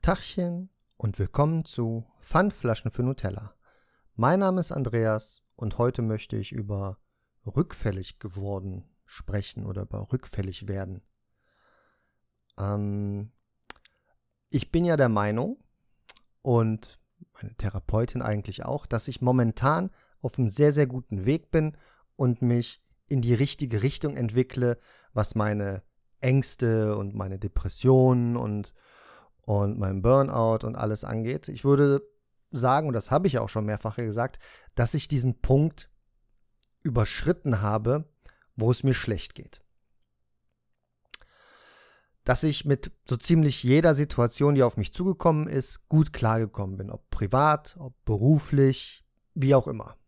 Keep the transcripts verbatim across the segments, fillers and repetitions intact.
Tachchen und willkommen zu Pfandflaschen für Nutella. Mein Name ist Andreas und heute möchte ich über rückfällig geworden sprechen oder über rückfällig werden. Ähm, ich bin ja der Meinung und meine Therapeutin eigentlich auch, dass ich momentan auf einem sehr, sehr guten Weg bin und mich in die richtige Richtung entwickle, was meine Ängste und meine Depressionen und und mein Burnout und alles angeht. Ich würde sagen, und das habe ich auch schon mehrfach gesagt, dass ich diesen Punkt überschritten habe, wo es mir schlecht geht. Dass ich mit so ziemlich jeder Situation, die auf mich zugekommen ist, gut klargekommen bin. Ob privat, ob beruflich, wie auch immer.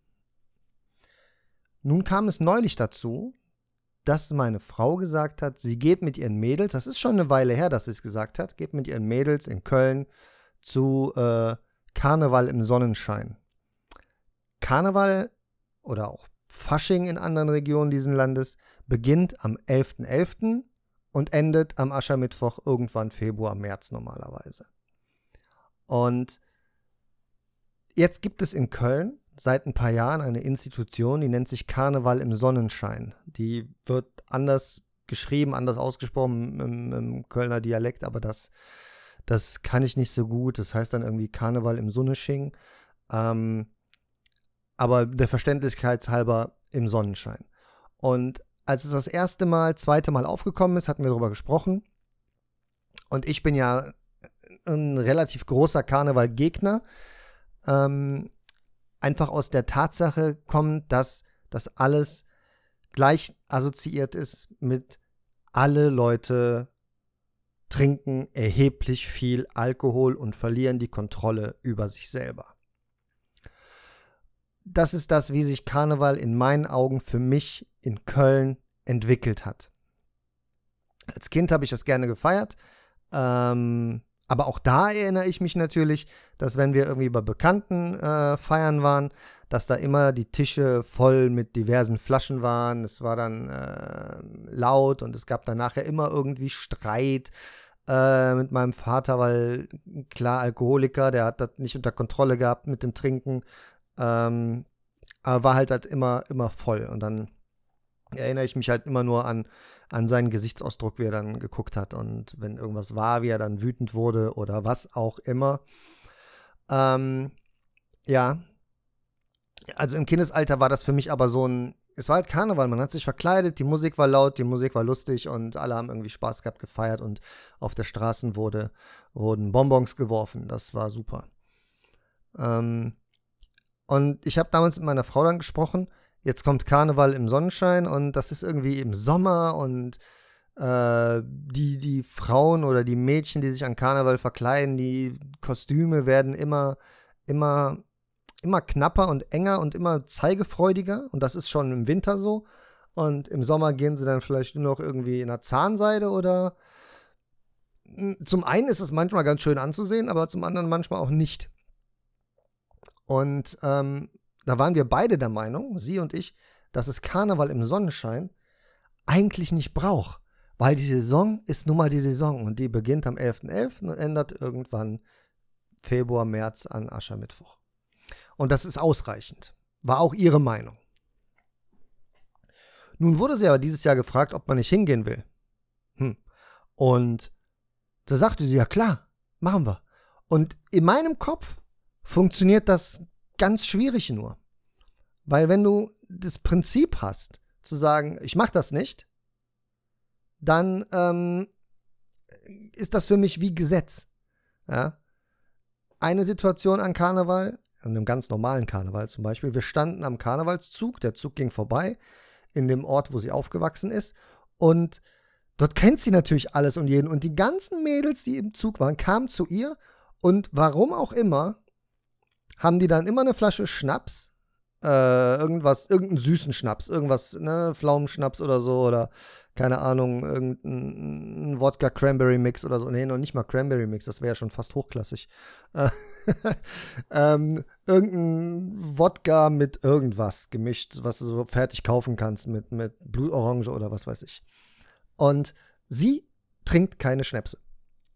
Nun kam es neulich dazu, dass meine Frau gesagt hat, sie geht mit ihren Mädels, das ist schon eine Weile her, dass sie es gesagt hat, geht mit ihren Mädels in Köln zu äh, Karneval im Sonnenschein. Karneval oder auch Fasching in anderen Regionen dieses Landes beginnt am elften elften und endet am Aschermittwoch irgendwann Februar, März normalerweise. Und jetzt gibt es in Köln seit ein paar Jahren eine Institution, die nennt sich Karneval im Sonnenschein. Die wird anders geschrieben, anders ausgesprochen im, im Kölner Dialekt, aber das, das kann ich nicht so gut. Das heißt dann irgendwie Karneval im Sonnesching. Ähm, aber der Verständlichkeit halber im Sonnenschein. Und als es das erste Mal, zweite Mal aufgekommen ist, hatten wir darüber gesprochen. Und ich bin ja ein relativ großer Karneval-Gegner. Ähm, Einfach aus der Tatsache kommt, dass das alles gleich assoziiert ist mit alle Leute trinken erheblich viel Alkohol und verlieren die Kontrolle über sich selber. Das ist das, wie sich Karneval in meinen Augen für mich in Köln entwickelt hat. Als Kind habe ich das gerne gefeiert, ähm, aber auch da erinnere ich mich natürlich, dass wenn wir irgendwie bei Bekannten äh, feiern waren, dass da immer die Tische voll mit diversen Flaschen waren. Es war dann äh, laut und es gab dann nachher immer irgendwie Streit äh, mit meinem Vater, weil klar, Alkoholiker, der hat das nicht unter Kontrolle gehabt mit dem Trinken, ähm, aber war halt, halt immer, immer voll. Und dann erinnere ich mich halt immer nur an an seinen Gesichtsausdruck, wie er dann geguckt hat und wenn irgendwas war, wie er dann wütend wurde oder was auch immer. Ähm, ja, also im Kindesalter war das für mich aber so ein, es war halt Karneval, man hat sich verkleidet, die Musik war laut, die Musik war lustig und alle haben irgendwie Spaß gehabt, gefeiert und auf der Straße wurde, wurden Bonbons geworfen, das war super. Ähm, und ich habe damals mit meiner Frau dann gesprochen, jetzt kommt Karneval im Sonnenschein und das ist irgendwie im Sommer und äh, die, die Frauen oder die Mädchen, die sich an Karneval verkleiden, die Kostüme werden immer, immer, immer knapper und enger und immer zeigefreudiger und das ist schon im Winter so und im Sommer gehen sie dann vielleicht nur noch irgendwie in einer Zahnseide oder zum einen ist es manchmal ganz schön anzusehen, aber zum anderen manchmal auch nicht. Und ähm, da waren wir beide der Meinung, sie und ich, dass es Karneval im Sonnenschein eigentlich nicht braucht. Weil die Saison ist nun mal die Saison und die beginnt am elften elften und endet irgendwann Februar, März an Aschermittwoch. Und das ist ausreichend. War auch ihre Meinung. Nun wurde sie aber dieses Jahr gefragt, ob man nicht hingehen will. Hm. Und da sagte sie, ja klar, machen wir. Und in meinem Kopf funktioniert das ganz schwierig nur. Weil wenn du das Prinzip hast, zu sagen, ich mache das nicht, dann ähm, ist das für mich wie Gesetz. Ja? Eine Situation an Karneval, an einem ganz normalen Karneval zum Beispiel, wir standen am Karnevalszug, der Zug ging vorbei, in dem Ort, wo sie aufgewachsen ist, und dort kennt sie natürlich alles und jeden. Und die ganzen Mädels, die im Zug waren, kamen zu ihr und warum auch immer, haben die dann immer eine Flasche Schnaps, äh, irgendwas, irgendeinen süßen Schnaps, irgendwas, ne, Pflaumenschnaps oder so, oder keine Ahnung, irgendein Wodka-Cranberry-Mix oder so. Nee, noch nicht mal Cranberry-Mix, das wäre ja schon fast hochklassig. Äh, ähm, irgendein Wodka mit irgendwas gemischt, was du so fertig kaufen kannst, mit, mit Blutorange oder was weiß ich. Und sie trinkt keine Schnäpse.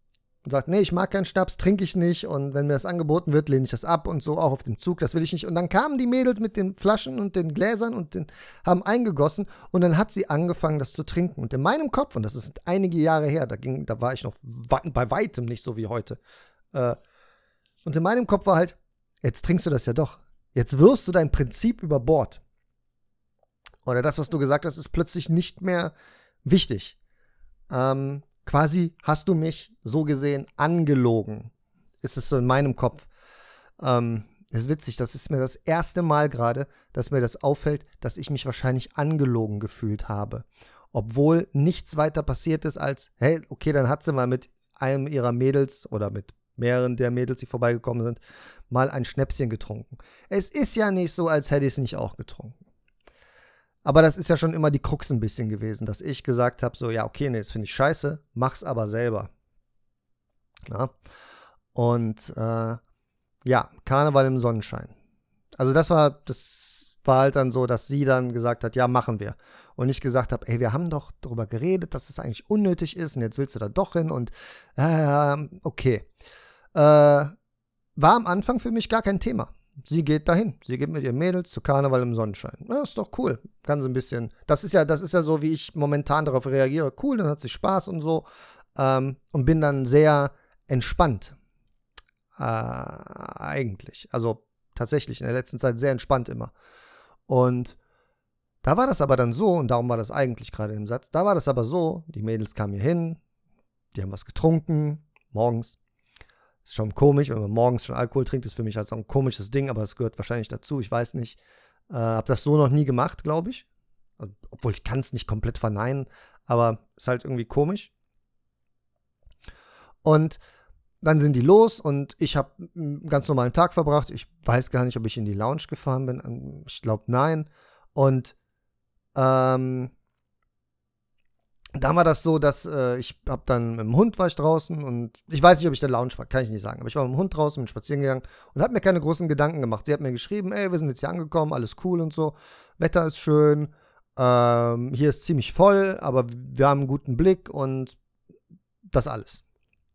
und sagt, nee, ich mag keinen Schnaps, trinke ich nicht und wenn mir das angeboten wird, lehne ich das ab und so, auch auf dem Zug, das will ich nicht. Und dann kamen die Mädels mit den Flaschen und den Gläsern und den, haben eingegossen und dann hat sie angefangen, das zu trinken. Und in meinem Kopf, und das ist einige Jahre her, da, ging, da war ich noch bei weitem nicht so wie heute, äh, und in meinem Kopf war halt, jetzt trinkst du das ja doch. Jetzt wirfst du dein Prinzip über Bord. Oder das, was du gesagt hast, ist plötzlich nicht mehr wichtig. Ähm, quasi hast du mich so gesehen angelogen. Ist es so in meinem Kopf. Ähm, ist witzig, das ist mir das erste Mal gerade, dass mir das auffällt, dass ich mich wahrscheinlich angelogen gefühlt habe. Obwohl nichts weiter passiert ist als, hey, okay, dann hat sie mal mit einem ihrer Mädels oder mit mehreren der Mädels, die vorbeigekommen sind, mal ein Schnäpschen getrunken. Es ist ja nicht so, als hätte ich es nicht auch getrunken. Aber das ist ja schon immer die Krux ein bisschen gewesen, dass ich gesagt habe, so, ja, okay, nee, das finde ich scheiße, mach's aber selber. Ja? Und äh, ja, Karneval im Sonnenschein. Also das war, das war halt dann so, dass sie dann gesagt hat, ja, machen wir. Und ich gesagt habe, ey, wir haben doch darüber geredet, dass es das eigentlich unnötig ist und jetzt willst du da doch hin und äh, okay. Äh, war am Anfang für mich gar kein Thema. Sie geht dahin. Sie geht mit ihren Mädels zu Karneval im Sonnenschein. Ja, ist doch cool. Kann so ein bisschen. Das ist ja, das ist ja so, wie ich momentan darauf reagiere. Cool, dann hat sie Spaß und so. Ähm, und bin dann sehr entspannt. Äh, eigentlich. Also tatsächlich in der letzten Zeit sehr entspannt immer. Und da war das aber dann so, und darum war das eigentlich gerade im Satz, da war das aber so, die Mädels kamen hier hin, die haben was getrunken, morgens. Ist schon komisch, wenn man morgens schon Alkohol trinkt, ist für mich halt so ein komisches Ding, aber es gehört wahrscheinlich dazu, ich weiß nicht. Äh, hab das so noch nie gemacht, glaube ich. Also, obwohl ich kann es nicht komplett verneinen, aber ist halt irgendwie komisch. Und dann sind die los und ich habe einen ganz normalen Tag verbracht. Ich weiß gar nicht, ob ich in die Lounge gefahren bin. Ich glaube, nein. Und ähm, da war das so, dass äh, ich hab dann mit dem Hund war ich draußen und ich weiß nicht, ob ich in der Lounge war, kann ich nicht sagen. Aber ich war mit dem Hund draußen, bin spazieren gegangen und habe mir keine großen Gedanken gemacht. Sie hat mir geschrieben, ey, wir sind jetzt hier angekommen, alles cool und so. Wetter ist schön, ähm, hier ist ziemlich voll, aber wir haben einen guten Blick und das alles.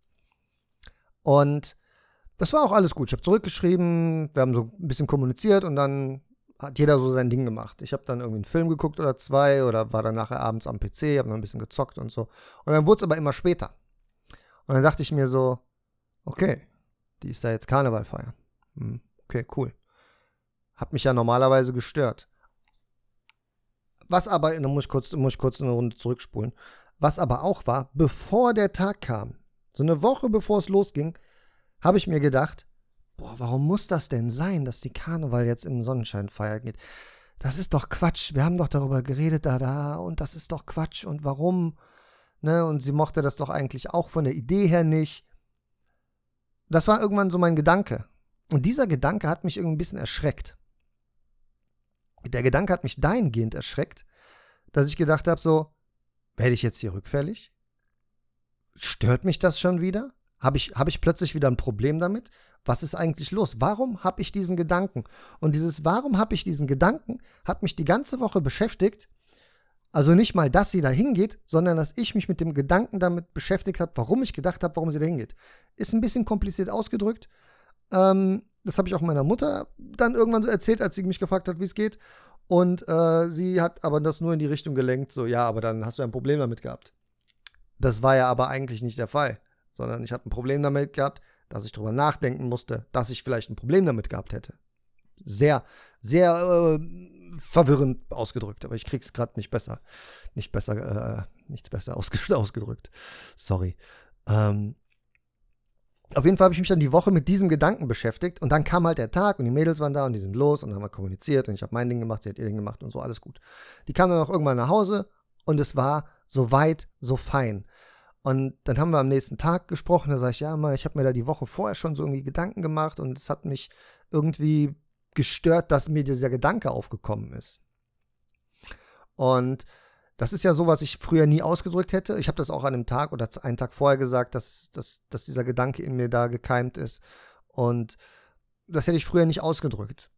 Und das war auch alles gut. Ich habe zurückgeschrieben, wir haben so ein bisschen kommuniziert und dann hat jeder so sein Ding gemacht. Ich habe dann irgendwie einen Film geguckt oder zwei oder war dann nachher abends am P C, habe noch ein bisschen gezockt und so. Und dann wurde es aber immer später. Und dann dachte ich mir so, okay, die ist da jetzt Karneval feiern. Hm, okay, cool. Hat mich ja normalerweise gestört. Was aber, dann muss ich kurz, muss ich kurz eine Runde zurückspulen, was aber auch war, bevor der Tag kam, so eine Woche bevor es losging, habe ich mir gedacht, boah, warum muss das denn sein, dass die Karneval jetzt im Sonnenschein feiern geht? Das ist doch Quatsch. Wir haben doch darüber geredet, da, da, und das ist doch Quatsch. Und warum? Ne? Und sie mochte das doch eigentlich auch von der Idee her nicht. Das war irgendwann so mein Gedanke. Und dieser Gedanke hat mich irgendwie ein bisschen erschreckt. Der Gedanke hat mich dahingehend erschreckt, dass ich gedacht habe, so, werde ich jetzt hier rückfällig? Stört mich das schon wieder? Habe ich, hab ich plötzlich wieder ein Problem damit? Was ist eigentlich los? Warum habe ich diesen Gedanken? Und dieses Warum habe ich diesen Gedanken hat mich die ganze Woche beschäftigt. Also nicht mal, dass sie da hingeht, sondern dass ich mich mit dem Gedanken damit beschäftigt habe, warum ich gedacht habe, warum sie da hingeht. Ist ein bisschen kompliziert ausgedrückt. Ähm, das habe ich auch meiner Mutter dann irgendwann so erzählt, als sie mich gefragt hat, wie es geht. Und äh, sie hat aber das nur in die Richtung gelenkt, so, ja, aber dann hast du ein Problem damit gehabt. Das war ja aber eigentlich nicht der Fall, sondern ich habe ein Problem damit gehabt, dass ich drüber nachdenken musste, dass ich vielleicht ein Problem damit gehabt hätte. Sehr, sehr äh, verwirrend ausgedrückt, aber ich krieg's gerade nicht besser, nicht besser, äh, nichts besser ausge- ausgedrückt. Sorry. Ähm, auf jeden Fall habe ich mich dann die Woche mit diesem Gedanken beschäftigt und dann kam halt der Tag und die Mädels waren da und die sind los und haben wir kommuniziert und ich habe mein Ding gemacht, sie hat ihr Ding gemacht und so, alles gut. Die kamen dann auch irgendwann nach Hause und es war so weit, so fein. Und dann haben wir am nächsten Tag gesprochen, da sage ich, ja, mal, ich habe mir da die Woche vorher schon so irgendwie Gedanken gemacht und es hat mich irgendwie gestört, dass mir dieser Gedanke aufgekommen ist. Und das ist ja so, was ich früher nie ausgedrückt hätte. Ich habe das auch an einem Tag oder einen Tag vorher gesagt, dass, dass, dass dieser Gedanke in mir da gekeimt ist. Und das hätte ich früher nicht ausgedrückt.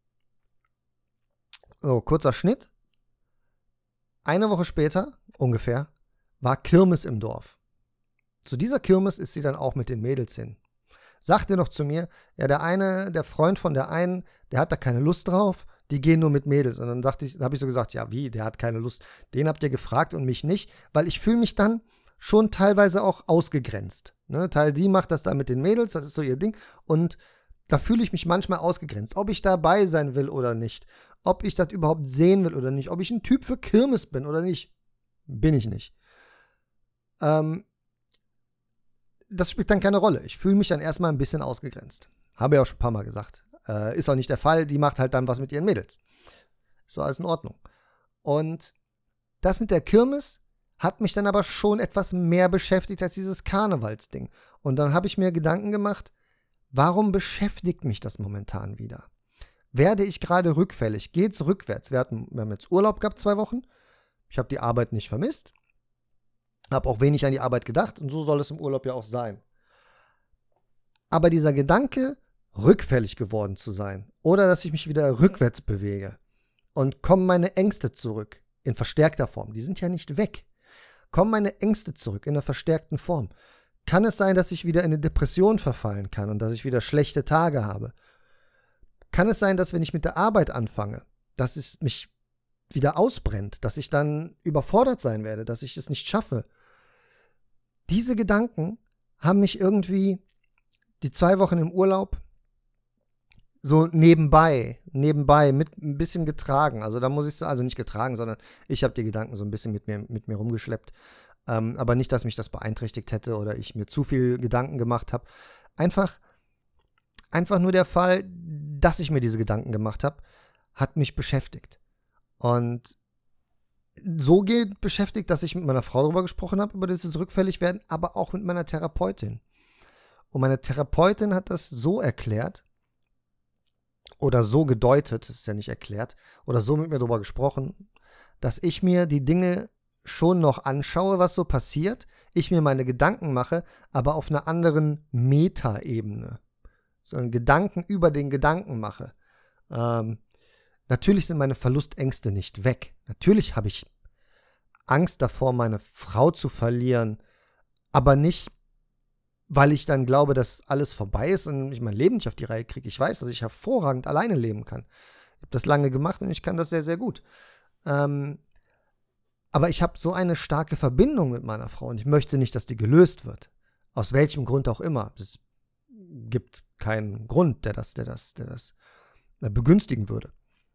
So, kurzer Schnitt. Eine Woche später, ungefähr, war Kirmes im Dorf. Zu dieser Kirmes ist sie dann auch mit den Mädels hin. Sagte noch zu mir, ja, der eine, der Freund von der einen, der hat da keine Lust drauf, die gehen nur mit Mädels. Und dann dachte ich, habe ich so gesagt, ja, wie, der hat keine Lust. Den habt ihr gefragt und mich nicht, weil ich fühle mich dann schon teilweise auch ausgegrenzt. Ne? Teil die macht das da mit den Mädels, das ist so ihr Ding. Und da fühle ich mich manchmal ausgegrenzt, ob ich dabei sein will oder nicht, ob ich das überhaupt sehen will oder nicht, ob ich ein Typ für Kirmes bin oder nicht. Bin ich nicht. Ähm, das spielt dann keine Rolle. Ich fühle mich dann erstmal ein bisschen ausgegrenzt. Habe ja auch schon ein paar Mal gesagt. Äh, ist auch nicht der Fall. Die macht halt dann was mit ihren Mädels. Ist so alles in Ordnung. Und das mit der Kirmes hat mich dann aber schon etwas mehr beschäftigt als dieses Karnevalsding. Und dann habe ich mir Gedanken gemacht, warum beschäftigt mich das momentan wieder? Werde ich gerade rückfällig? Geht's rückwärts? Wir, hatten, wir haben jetzt Urlaub gehabt, zwei Wochen. Ich habe die Arbeit nicht vermisst. Habe auch wenig an die Arbeit gedacht und so soll es im Urlaub ja auch sein. Aber dieser Gedanke, rückfällig geworden zu sein oder dass ich mich wieder rückwärts bewege und kommen meine Ängste zurück in verstärkter Form, die sind ja nicht weg, kommen meine Ängste zurück in einer verstärkten Form. Kann es sein, dass ich wieder in eine Depression verfallen kann und dass ich wieder schlechte Tage habe? Kann es sein, dass wenn ich mit der Arbeit anfange, dass es mich wieder ausbrennt, dass ich dann überfordert sein werde, dass ich es nicht schaffe? Diese Gedanken haben mich irgendwie die zwei Wochen im Urlaub so nebenbei, nebenbei mit ein bisschen getragen. Also da muss ich, also nicht getragen, sondern ich habe die Gedanken so ein bisschen mit mir, mit mir rumgeschleppt. Ähm, aber nicht, dass mich das beeinträchtigt hätte oder ich mir zu viel Gedanken gemacht habe. Einfach, einfach nur der Fall, dass ich mir diese Gedanken gemacht habe, hat mich beschäftigt. Und so geht beschäftigt, dass ich mit meiner Frau darüber gesprochen habe, über dieses Rückfälligwerden, aber auch mit meiner Therapeutin. Und meine Therapeutin hat das so erklärt oder so gedeutet, das ist ja nicht erklärt, oder so mit mir darüber gesprochen, dass ich mir die Dinge schon noch anschaue, was so passiert, ich mir meine Gedanken mache, aber auf einer anderen Meta-Ebene. So einen Gedanken über den Gedanken mache. Ähm, Natürlich sind meine Verlustängste nicht weg. Natürlich habe ich Angst davor, meine Frau zu verlieren, aber nicht, weil ich dann glaube, dass alles vorbei ist und ich mein Leben nicht auf die Reihe kriege. Ich weiß, dass ich hervorragend alleine leben kann. Ich habe das lange gemacht und ich kann das sehr, sehr gut. Ähm, aber ich habe so eine starke Verbindung mit meiner Frau und ich möchte nicht, dass die gelöst wird. Aus welchem Grund auch immer. Es gibt keinen Grund, der das, der das, der das begünstigen würde.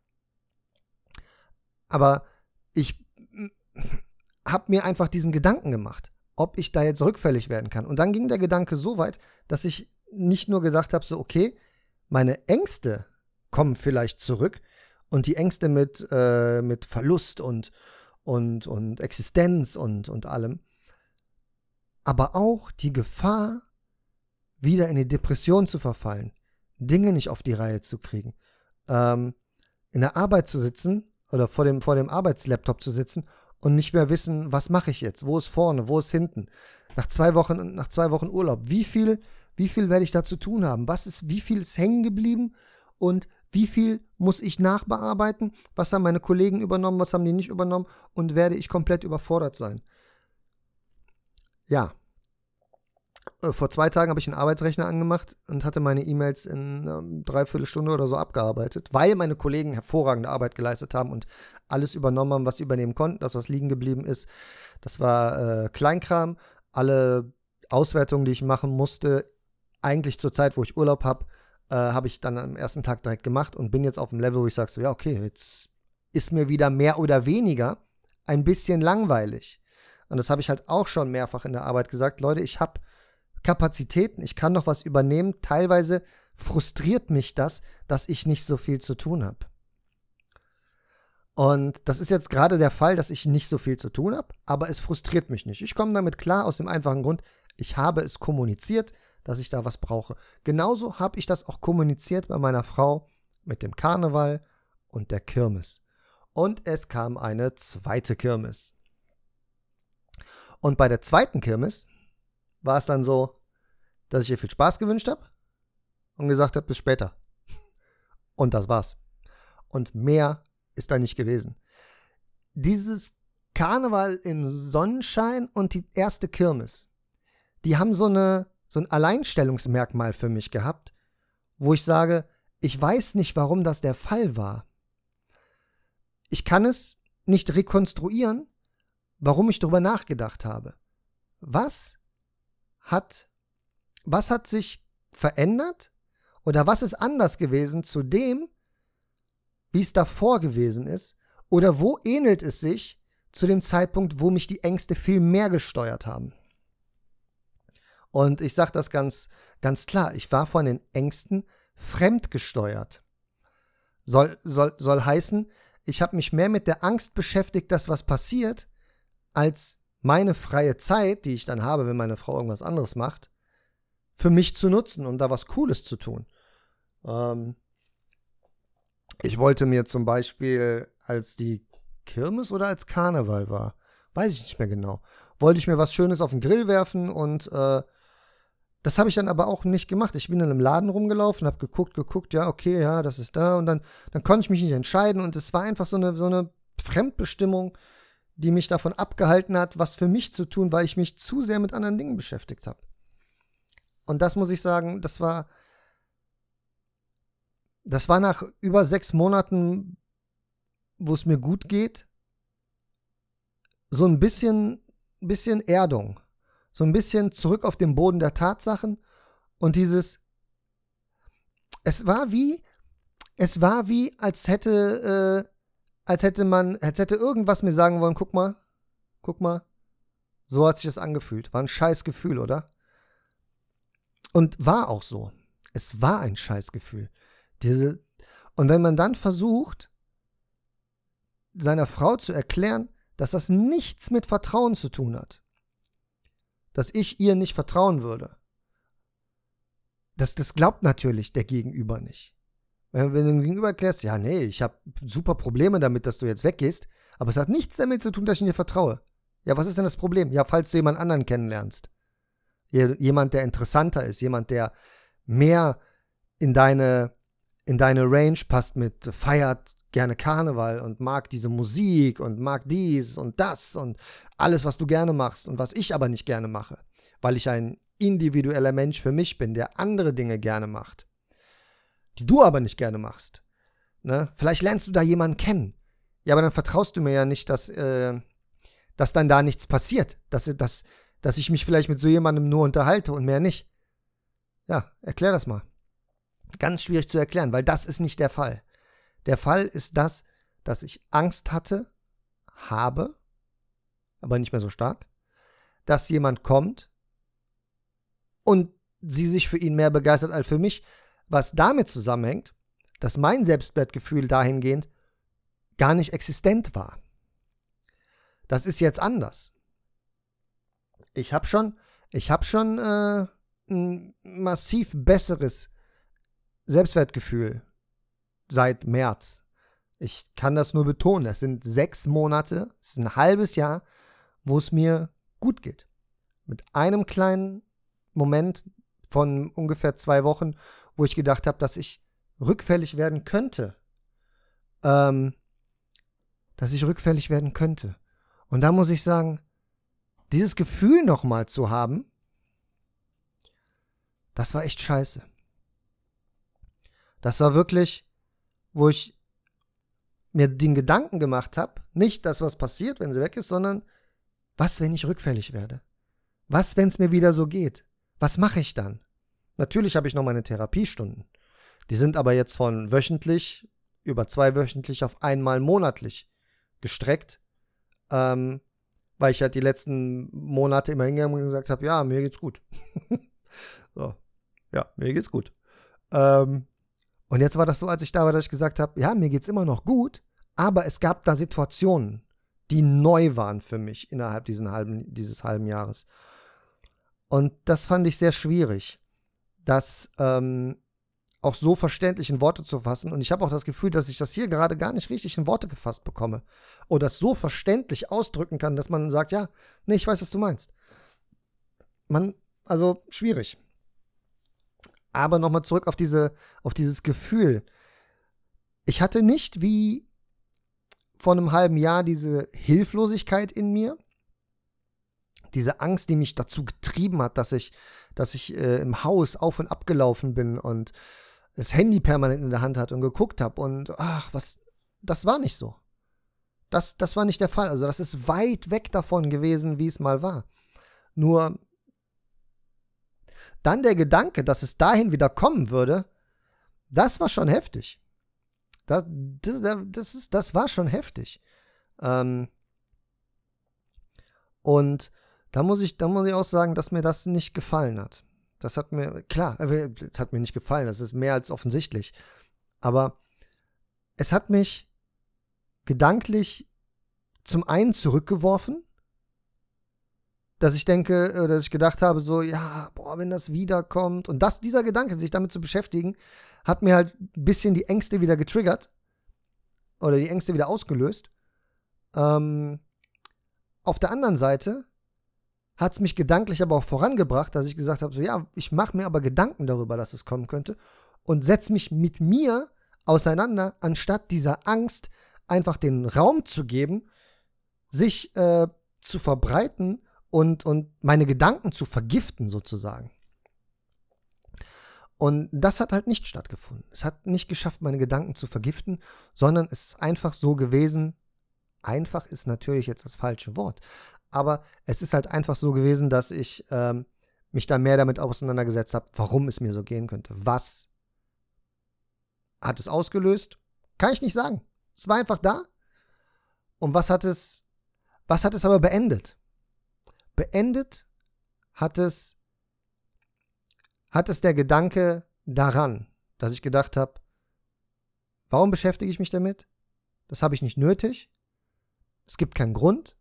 Aber ich habe mir einfach diesen Gedanken gemacht, ob ich da jetzt rückfällig werden kann. Und dann ging der Gedanke so weit, dass ich nicht nur gedacht habe, so okay, meine Ängste kommen vielleicht zurück und die Ängste mit, äh, mit Verlust und, und, und Existenz und, und allem, aber auch die Gefahr, wieder in die Depression zu verfallen, Dinge nicht auf die Reihe zu kriegen, ähm, in der Arbeit zu sitzen oder vor dem, vor dem Arbeitslaptop zu sitzen und nicht mehr wissen, was mache ich jetzt, wo ist vorne, wo ist hinten. Nach zwei Wochen, nach zwei Wochen Urlaub, wie viel, wie viel werde ich da zu tun haben? Was ist, wie viel ist hängen geblieben und wie viel muss ich nachbearbeiten? Was haben meine Kollegen übernommen, was haben die nicht übernommen und werde ich komplett überfordert sein? Ja. Vor zwei Tagen habe ich einen Arbeitsrechner angemacht und hatte meine E-Mails in einer Dreiviertelstunde oder so abgearbeitet, weil meine Kollegen hervorragende Arbeit geleistet haben und alles übernommen haben, was sie übernehmen konnten. Das, was liegen geblieben ist, das war äh, Kleinkram. Alle Auswertungen, die ich machen musste, eigentlich zur Zeit, wo ich Urlaub habe, äh, habe ich dann am ersten Tag direkt gemacht und bin jetzt auf dem Level, wo ich sage so, ja okay, jetzt ist mir wieder mehr oder weniger ein bisschen langweilig. Und das habe ich halt auch schon mehrfach in der Arbeit gesagt. Leute, ich habe Kapazitäten, ich kann noch was übernehmen. Teilweise frustriert mich das, dass ich nicht so viel zu tun habe. Und das ist jetzt gerade der Fall, dass ich nicht so viel zu tun habe, aber es frustriert mich nicht. Ich komme damit klar aus dem einfachen Grund, ich habe es kommuniziert, dass ich da was brauche. Genauso habe ich das auch kommuniziert bei meiner Frau mit dem Karneval und der Kirmes. Und es kam eine zweite Kirmes. Und bei der zweiten Kirmes war es dann so, dass ich ihr viel Spaß gewünscht habe und gesagt habe, bis später. Und das war's. Und mehr ist da nicht gewesen. Dieses Karneval im Sonnenschein und die erste Kirmes, die haben so, eine, so ein Alleinstellungsmerkmal für mich gehabt, wo ich sage, ich weiß nicht, warum das der Fall war. Ich kann es nicht rekonstruieren, warum ich darüber nachgedacht habe. Was hat, was hat sich verändert oder was ist anders gewesen zu dem, wie es davor gewesen ist, oder wo ähnelt es sich zu dem Zeitpunkt, wo mich die Ängste viel mehr gesteuert haben. Und ich sage das ganz, ganz klar, ich war von den Ängsten fremdgesteuert. Soll, soll, soll heißen, ich habe mich mehr mit der Angst beschäftigt, dass was passiert, als meine freie Zeit, die ich dann habe, wenn meine Frau irgendwas anderes macht, für mich zu nutzen, um da was Cooles zu tun. Ähm, ich wollte mir zum Beispiel, als die Kirmes oder als Karneval war, weiß ich nicht mehr genau, wollte ich mir was Schönes auf den Grill werfen und äh, das habe ich dann aber auch nicht gemacht. Ich bin in einem Laden rumgelaufen, habe geguckt, geguckt, ja, okay, ja, das ist da und dann, dann konnte ich mich nicht entscheiden und es war einfach so eine, so eine Fremdbestimmung, die mich davon abgehalten hat, was für mich zu tun, weil ich mich zu sehr mit anderen Dingen beschäftigt habe. Und das muss ich sagen, das war, das war nach über sechs Monaten, wo es mir gut geht, so ein bisschen, bisschen Erdung. So ein bisschen zurück auf den Boden der Tatsachen und dieses, es war wie, es war wie, als hätte, äh, als hätte man, als hätte irgendwas mir sagen wollen, guck mal, guck mal, so hat sich das angefühlt. War ein scheiß Gefühl, oder? Und war auch so. Es war ein scheiß Gefühl. Diese, und wenn man dann versucht, seiner Frau zu erklären, dass das nichts mit Vertrauen zu tun hat, dass ich ihr nicht vertrauen würde. Das, das glaubt natürlich der Gegenüber nicht. Wenn, wenn du dem Gegenüber erklärst, ja, nee, ich habe super Probleme damit, dass du jetzt weggehst, aber es hat nichts damit zu tun, dass ich dir vertraue. Ja, was ist denn das Problem? Ja, falls du jemand anderen kennenlernst. Jemand, der interessanter ist, jemand, der mehr in deine, in deine Range passt mit, feiert gerne Karneval und mag diese Musik und mag dies und das und alles, was du gerne machst und was ich aber nicht gerne mache, weil ich ein individueller Mensch für mich bin, der andere Dinge gerne macht, die du aber nicht gerne machst. Ne? Vielleicht lernst du da jemanden kennen. Ja, aber dann vertraust du mir ja nicht, dass, äh, dass dann da nichts passiert, dass, dass, dass ich mich vielleicht mit so jemandem nur unterhalte und mehr nicht. Ja, erklär das mal. Ganz schwierig zu erklären, weil das ist nicht der Fall. Der Fall ist das, dass ich Angst hatte, habe, aber nicht mehr so stark, dass jemand kommt und sie sich für ihn mehr begeistert als für mich, was damit zusammenhängt, dass mein Selbstwertgefühl dahingehend gar nicht existent war. Das ist jetzt anders. Ich habe schon, ich habe schon äh, ein massiv besseres Selbstwertgefühl seit März. Ich kann das nur betonen. Es sind sechs Monate, es ist ein halbes Jahr, wo es mir gut geht. Mit einem kleinen Moment von ungefähr zwei Wochen, wo ich gedacht habe, dass ich rückfällig werden könnte. Ähm, dass ich rückfällig werden könnte. Und da muss ich sagen, dieses Gefühl nochmal zu haben, das war echt scheiße. Das war wirklich, wo ich mir den Gedanken gemacht habe, nicht das, was passiert, wenn sie weg ist, sondern was, wenn ich rückfällig werde? Was, wenn es mir wieder so geht? Was mache ich dann? Natürlich habe ich noch meine Therapiestunden. Die sind aber jetzt von wöchentlich über zweiwöchentlich auf einmal monatlich gestreckt, ähm, weil ich halt die letzten Monate immer hingegangen und gesagt habe, ja, mir geht's gut. So, ja, mir geht's gut. Ähm, und jetzt war das so, als ich da war, dass ich gesagt habe, ja, mir geht's immer noch gut, aber es gab da Situationen, die neu waren für mich innerhalb diesen halben, dieses halben Jahres. Und das fand ich sehr schwierig, das ähm, auch so verständlich in Worte zu fassen. Und ich habe auch das Gefühl, dass ich das hier gerade gar nicht richtig in Worte gefasst bekomme. Oder das so verständlich ausdrücken kann, dass man sagt, ja, nee, ich weiß, was du meinst. Man, also schwierig. Aber nochmal zurück auf diese, auf dieses Gefühl. Ich hatte nicht wie vor einem halben Jahr diese Hilflosigkeit in mir, Diese Angst, die mich dazu getrieben hat, dass ich, dass ich äh, im Haus auf und ab gelaufen bin und das Handy permanent in der Hand hatte und geguckt habe und ach, was, das war nicht so. Das, das war nicht der Fall. Also das ist weit weg davon gewesen, wie es mal war. Nur dann der Gedanke, dass es dahin wieder kommen würde, das war schon heftig. Das, das, das, ist, das war schon heftig. Ähm, und da muss ich, da muss ich auch sagen, dass mir das nicht gefallen hat. Das hat mir, klar, es hat mir nicht gefallen, das ist mehr als offensichtlich. Aber es hat mich gedanklich zum einen zurückgeworfen, dass ich denke, oder dass ich gedacht habe, so, ja, boah, wenn das wiederkommt. Und das, dieser Gedanke, sich damit zu beschäftigen, hat mir halt ein bisschen die Ängste wieder getriggert. Oder die Ängste wieder ausgelöst. Ähm, auf der anderen Seite hat es mich gedanklich aber auch vorangebracht, dass ich gesagt habe, so, ja, ich mache mir aber Gedanken darüber, dass es kommen könnte. Und setze mich mit mir auseinander, anstatt dieser Angst einfach den Raum zu geben, sich äh, zu verbreiten und, und meine Gedanken zu vergiften sozusagen. Und das hat halt nicht stattgefunden. Es hat nicht geschafft, meine Gedanken zu vergiften, sondern es ist einfach so gewesen, einfach ist natürlich jetzt das falsche Wort, aber es ist halt einfach so gewesen, dass ich ähm, mich da mehr damit auseinandergesetzt habe, warum es mir so gehen könnte. Was hat es ausgelöst? Kann ich nicht sagen. Es war einfach da. Und was hat es, was hat es aber beendet? Beendet hat es, hat es der Gedanke daran, dass ich gedacht habe, warum beschäftige ich mich damit? Das habe ich nicht nötig. Es gibt keinen Grund.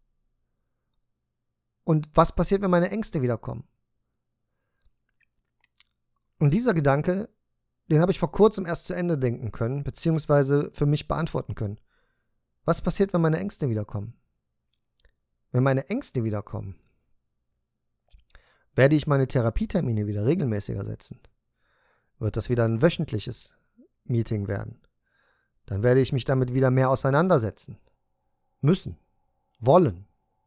Und was passiert, wenn meine Ängste wiederkommen? Und dieser Gedanke, den habe ich vor kurzem erst zu Ende denken können, beziehungsweise für mich beantworten können. Was passiert, wenn meine Ängste wiederkommen? Wenn meine Ängste wiederkommen, werde ich meine Therapietermine wieder regelmäßiger setzen. Wird das wieder ein wöchentliches Meeting werden? Dann werde ich mich damit wieder mehr auseinandersetzen. Müssen. Wollen.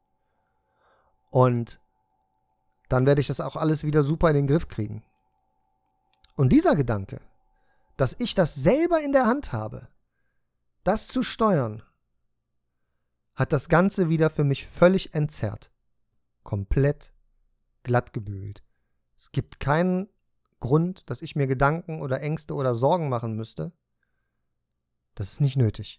Und dann werde ich das auch alles wieder super in den Griff kriegen. Und dieser Gedanke, dass ich das selber in der Hand habe, das zu steuern, hat das Ganze wieder für mich völlig entzerrt. Komplett glatt gebügelt. Es gibt keinen Grund, dass ich mir Gedanken oder Ängste oder Sorgen machen müsste. Das ist nicht nötig.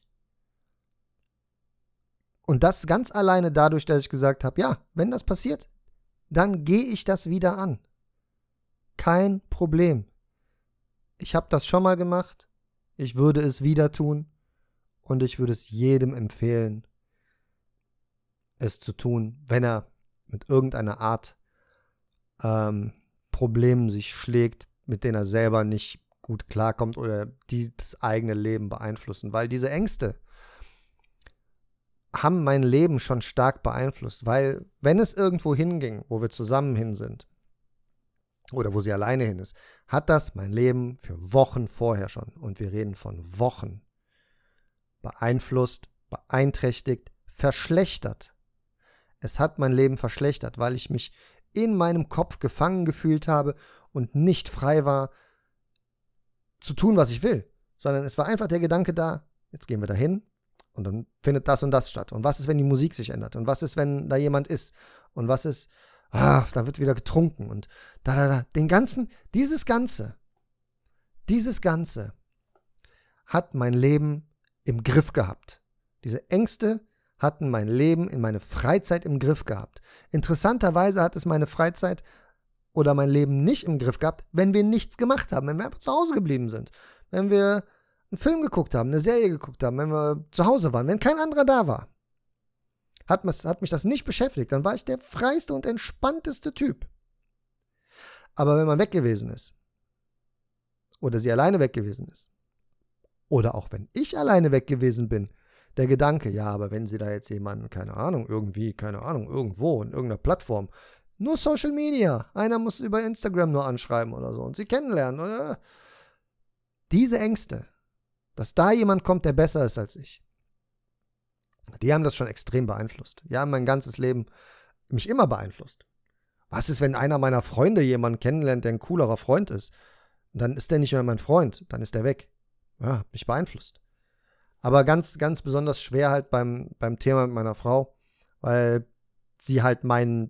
Und das ganz alleine dadurch, dass ich gesagt habe, ja, wenn das passiert, dann gehe ich das wieder an. Kein Problem. Ich habe das schon mal gemacht. Ich würde es wieder tun. Und ich würde es jedem empfehlen, es zu tun, wenn er mit irgendeiner Art ähm, Problemen sich schlägt, mit denen er selber nicht gut klarkommt oder die das eigene Leben beeinflussen. Weil diese Ängste haben mein Leben schon stark beeinflusst. Weil wenn es irgendwo hinging, wo wir zusammen hin sind, oder wo sie alleine hin ist, hat das mein Leben für Wochen vorher schon, und wir reden von Wochen, beeinflusst, beeinträchtigt, verschlechtert. Es hat mein Leben verschlechtert, weil ich mich in meinem Kopf gefangen gefühlt habe und nicht frei war, zu tun, was ich will. Sondern es war einfach der Gedanke da, jetzt gehen wir da hin und dann findet das und das statt. Und was ist, wenn die Musik sich ändert? Und was ist, wenn da jemand ist? Und was ist, ah, da wird wieder getrunken und da, da, da. Den ganzen, dieses Ganze, dieses Ganze hat mein Leben im Griff gehabt. Diese Ängste hatten mein Leben in meine Freizeit im Griff gehabt. Interessanterweise hat es meine Freizeit oder mein Leben nicht im Griff gehabt, wenn wir nichts gemacht haben, wenn wir einfach zu Hause geblieben sind, wenn wir einen Film geguckt haben, eine Serie geguckt haben, wenn wir zu Hause waren, wenn kein anderer da war. Hat, hat mich das nicht beschäftigt, dann war ich der freiste und entspannteste Typ. Aber wenn man weg gewesen ist, oder sie alleine weg gewesen ist, oder auch wenn ich alleine weg gewesen bin, der Gedanke, ja, aber wenn sie da jetzt jemanden, keine Ahnung, irgendwie, keine Ahnung, irgendwo, in irgendeiner Plattform, nur Social Media, einer muss über Instagram nur anschreiben oder so und sie kennenlernen, oder? Diese Ängste, dass da jemand kommt, der besser ist als ich, die haben das schon extrem beeinflusst. Die haben mein ganzes Leben mich immer beeinflusst. Was ist, wenn einer meiner Freunde jemanden kennenlernt, der ein coolerer Freund ist? Und dann ist der nicht mehr mein Freund, dann ist der weg. Ja, hat mich beeinflusst. Aber ganz, ganz besonders schwer halt beim, beim Thema mit meiner Frau, weil sie halt mein,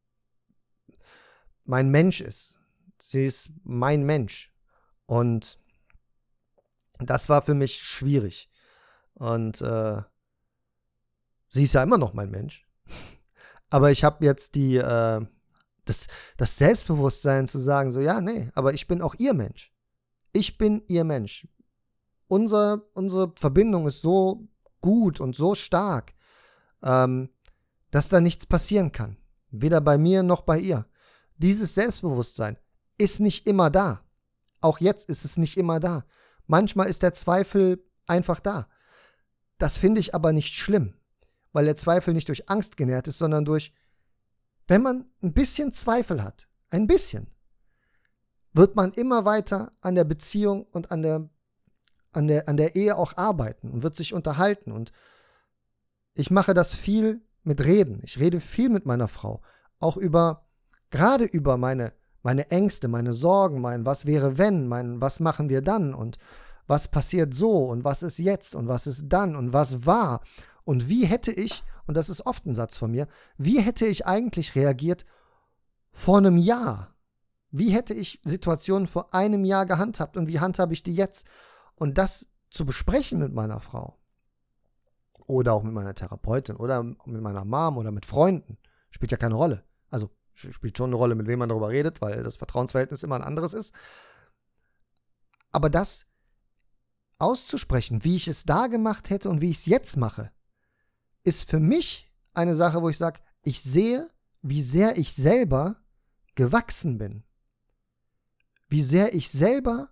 mein Mensch ist. Sie ist mein Mensch. Und das war für mich schwierig. Und äh, sie ist ja immer noch mein Mensch. Aber ich habe jetzt die, äh, das, das Selbstbewusstsein zu sagen, so ja, nee, aber ich bin auch ihr Mensch. Ich bin ihr Mensch. Unser, unsere Verbindung ist so gut und so stark, ähm, dass da nichts passieren kann. Weder bei mir noch bei ihr. Dieses Selbstbewusstsein ist nicht immer da. Auch jetzt ist es nicht immer da. Manchmal ist der Zweifel einfach da. Das finde ich aber nicht schlimm, weil der Zweifel nicht durch Angst genährt ist, sondern durch, wenn man ein bisschen Zweifel hat, ein bisschen, wird man immer weiter an der Beziehung und an der, an der, an der Ehe auch arbeiten und wird sich unterhalten. Und ich mache das viel mit Reden. Ich rede viel mit meiner Frau, auch über, gerade über meine, meine Ängste, meine Sorgen, mein was wäre wenn, mein was machen wir dann und was passiert so und was ist jetzt und was ist dann und was war und wie hätte ich, und das ist oft ein Satz von mir, wie hätte ich eigentlich reagiert vor einem Jahr? Wie hätte ich Situationen vor einem Jahr gehandhabt und wie handhabe ich die jetzt? Und das zu besprechen mit meiner Frau oder auch mit meiner Therapeutin oder mit meiner Mom oder mit Freunden, spielt ja keine Rolle. Also spielt schon eine Rolle, mit wem man darüber redet, weil das Vertrauensverhältnis immer ein anderes ist. Aber das auszusprechen, wie ich es da gemacht hätte und wie ich es jetzt mache, ist für mich eine Sache, wo ich sage, ich sehe, wie sehr ich selber gewachsen bin. Wie sehr ich selber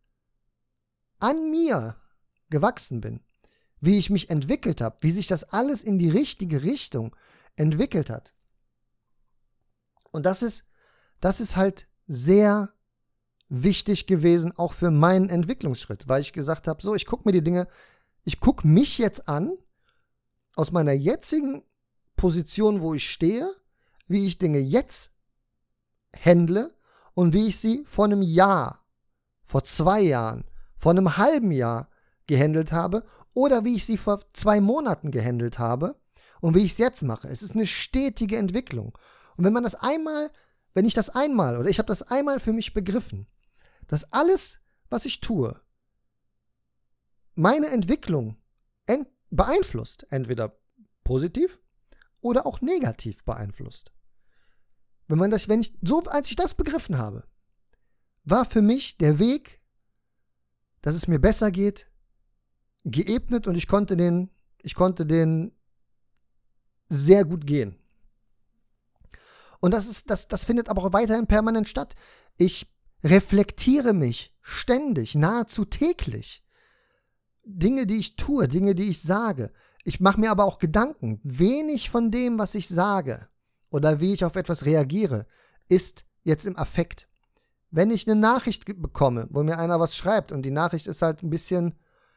an mir gewachsen bin. Wie ich mich entwickelt habe, wie sich das alles in die richtige Richtung entwickelt hat. Und das ist, das ist halt sehr wichtig gewesen, auch für meinen Entwicklungsschritt, weil ich gesagt habe, so, ich gucke mir die Dinge, ich gucke mich jetzt an, aus meiner jetzigen Position, wo ich stehe, wie ich Dinge jetzt handle und wie ich sie vor einem Jahr, vor zwei Jahren, vor einem halben Jahr gehandelt habe oder wie ich sie vor zwei Monaten gehandelt habe und wie ich es jetzt mache. Es ist eine stetige Entwicklung. Und wenn man das einmal, wenn ich das einmal oder ich habe das einmal für mich begriffen, dass alles, was ich tue, meine Entwicklung ent- beeinflusst, entweder positiv oder auch negativ beeinflusst. Wenn man das, wenn ich, so als ich das begriffen habe, war für mich der Weg, dass es mir besser geht, geebnet und ich konnte den, ich konnte den sehr gut gehen. Und das ist, das, das findet aber auch weiterhin permanent statt. Ich reflektiere mich ständig, nahezu täglich. Dinge, die ich tue, Dinge, die ich sage. Ich mache mir aber auch Gedanken. Wenig von dem, was ich sage oder wie ich auf etwas reagiere, ist jetzt im Affekt. Wenn ich eine Nachricht bekomme, wo mir einer was schreibt und die Nachricht ist halt ein bisschen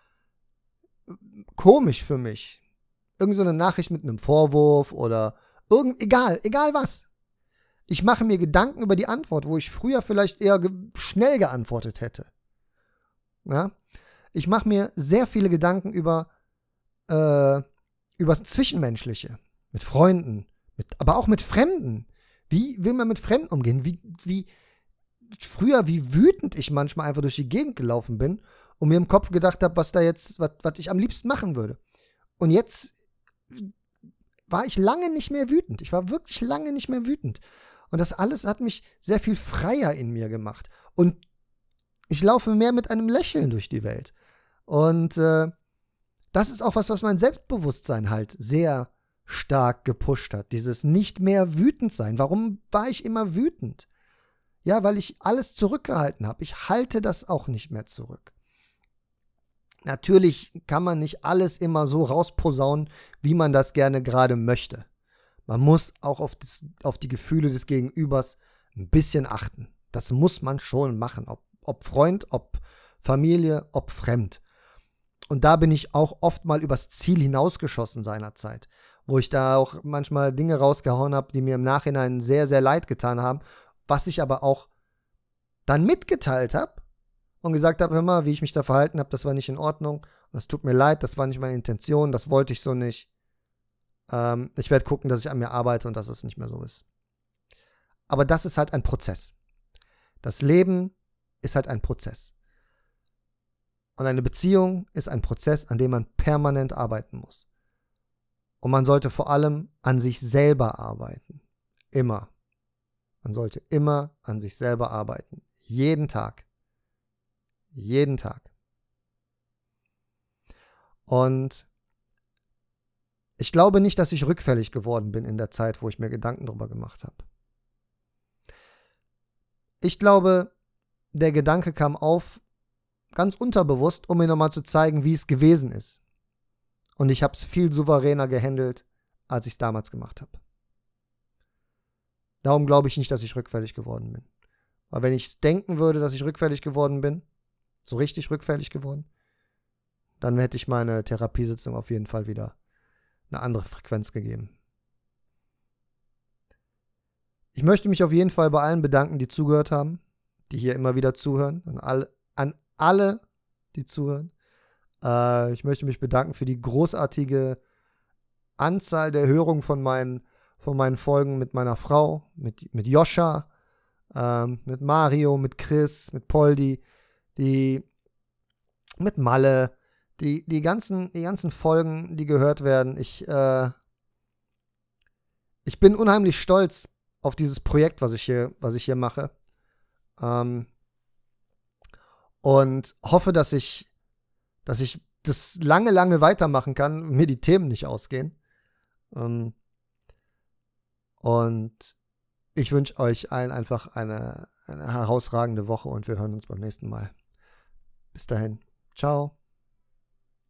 komisch für mich. Irgend so eine Nachricht mit einem Vorwurf oder irgend, egal, egal was. Ich mache mir Gedanken über die Antwort, wo ich früher vielleicht eher ge- schnell geantwortet hätte. Ja? Ich mache mir sehr viele Gedanken über, äh, über das Zwischenmenschliche. Mit Freunden, mit, aber auch mit Fremden. Wie will man mit Fremden umgehen? Wie, wie früher, wie wütend ich manchmal einfach durch die Gegend gelaufen bin und mir im Kopf gedacht habe, was da jetzt, was, was ich am liebsten machen würde. Und jetzt war ich lange nicht mehr wütend. Ich war wirklich lange nicht mehr wütend. Und das alles hat mich sehr viel freier in mir gemacht. Und ich laufe mehr mit einem Lächeln durch die Welt. Und äh, das ist auch was, was mein Selbstbewusstsein halt sehr stark gepusht hat. Dieses nicht mehr wütend sein. Warum war ich immer wütend? Ja, weil ich alles zurückgehalten habe. Ich halte das auch nicht mehr zurück. Natürlich kann man nicht alles immer so rausposaunen, wie man das gerne gerade möchte. Man muss auch auf, das, auf die Gefühle des Gegenübers ein bisschen achten. Das muss man schon machen, ob, ob Freund, ob Familie, ob fremd. Und da bin ich auch oft mal übers Ziel hinausgeschossen seinerzeit, wo ich da auch manchmal Dinge rausgehauen habe, die mir im Nachhinein sehr, sehr leid getan haben, was ich aber auch dann mitgeteilt habe und gesagt habe, hör mal, wie ich mich da verhalten habe, das war nicht in Ordnung, das tut mir leid, das war nicht meine Intention, das wollte ich so nicht. Ähm, ich werde gucken, dass ich an mir arbeite und dass es nicht mehr so ist. Aber das ist halt ein Prozess. Das Leben ist halt ein Prozess. Und eine Beziehung ist ein Prozess, an dem man permanent arbeiten muss. Und man sollte vor allem an sich selber arbeiten. Immer. Man sollte immer an sich selber arbeiten. Jeden Tag. Jeden Tag. Und ich glaube nicht, dass ich rückfällig geworden bin in der Zeit, wo ich mir Gedanken darüber gemacht habe. Ich glaube, der Gedanke kam auf, ganz unterbewusst, um mir nochmal zu zeigen, wie es gewesen ist. Und ich habe es viel souveräner gehandelt, als ich es damals gemacht habe. Darum glaube ich nicht, dass ich rückfällig geworden bin. Weil wenn ich denken würde, dass ich rückfällig geworden bin, so richtig rückfällig geworden, dann hätte ich meine Therapiesitzung auf jeden Fall wieder eine andere Frequenz gegeben. Ich möchte mich auf jeden Fall bei allen bedanken, die zugehört haben, die hier immer wieder zuhören, an alle, an alle die zuhören. Äh, ich möchte mich bedanken für die großartige Anzahl der Hörungen von meinen, von meinen Folgen mit meiner Frau, mit, mit Joscha, ähm, mit Mario, mit Chris, mit Poldi, die, mit Malle, die, die, ganzen, die ganzen Folgen, die gehört werden. Ich, äh, ich bin unheimlich stolz auf dieses Projekt, was ich hier, was ich hier mache. Ähm, und hoffe, dass ich, dass ich das lange, lange weitermachen kann, mir die Themen nicht ausgehen. Ähm, und ich wünsche euch allen einfach eine, eine herausragende Woche und wir hören uns beim nächsten Mal. Bis dahin. Ciao.